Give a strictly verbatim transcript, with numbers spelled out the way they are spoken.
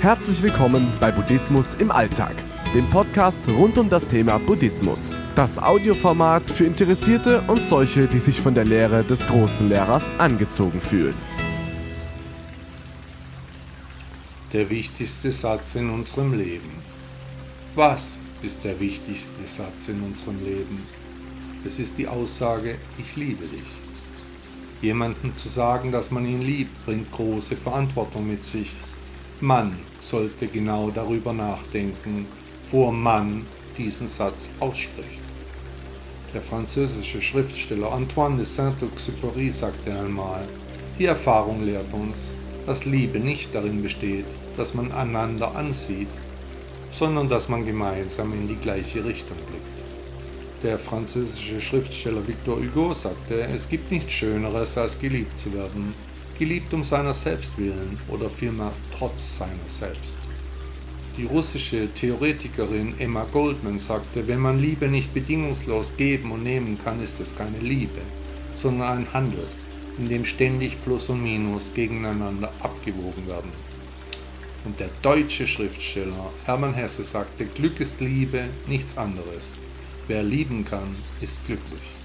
Herzlich willkommen bei Buddhismus im Alltag, dem Podcast rund um das Thema Buddhismus. Das Audioformat für Interessierte und solche, die sich von der Lehre des großen Lehrers angezogen fühlen. Der wichtigste Satz in unserem Leben. Was ist der wichtigste Satz in unserem Leben? Es ist die Aussage, ich liebe dich. Jemandem zu sagen, dass man ihn liebt, bringt große Verantwortung mit sich. Man sollte genau darüber nachdenken, bevor man diesen Satz ausspricht. Der französische Schriftsteller Antoine de Saint-Exupéry sagte einmal, die Erfahrung lehrt uns, dass Liebe nicht darin besteht, dass man einander ansieht, sondern dass man gemeinsam in die gleiche Richtung blickt. Der französische Schriftsteller Victor Hugo sagte, es gibt nichts Schöneres, als geliebt zu werden, geliebt um seiner selbst willen oder vielmehr trotz seiner selbst. Die russische Theoretikerin Emma Goldman sagte, wenn man Liebe nicht bedingungslos geben und nehmen kann, ist es keine Liebe, sondern ein Handel, in dem ständig Plus und Minus gegeneinander abgewogen werden. Und der deutsche Schriftsteller Hermann Hesse sagte, Glück ist Liebe, nichts anderes. Wer lieben kann, ist glücklich.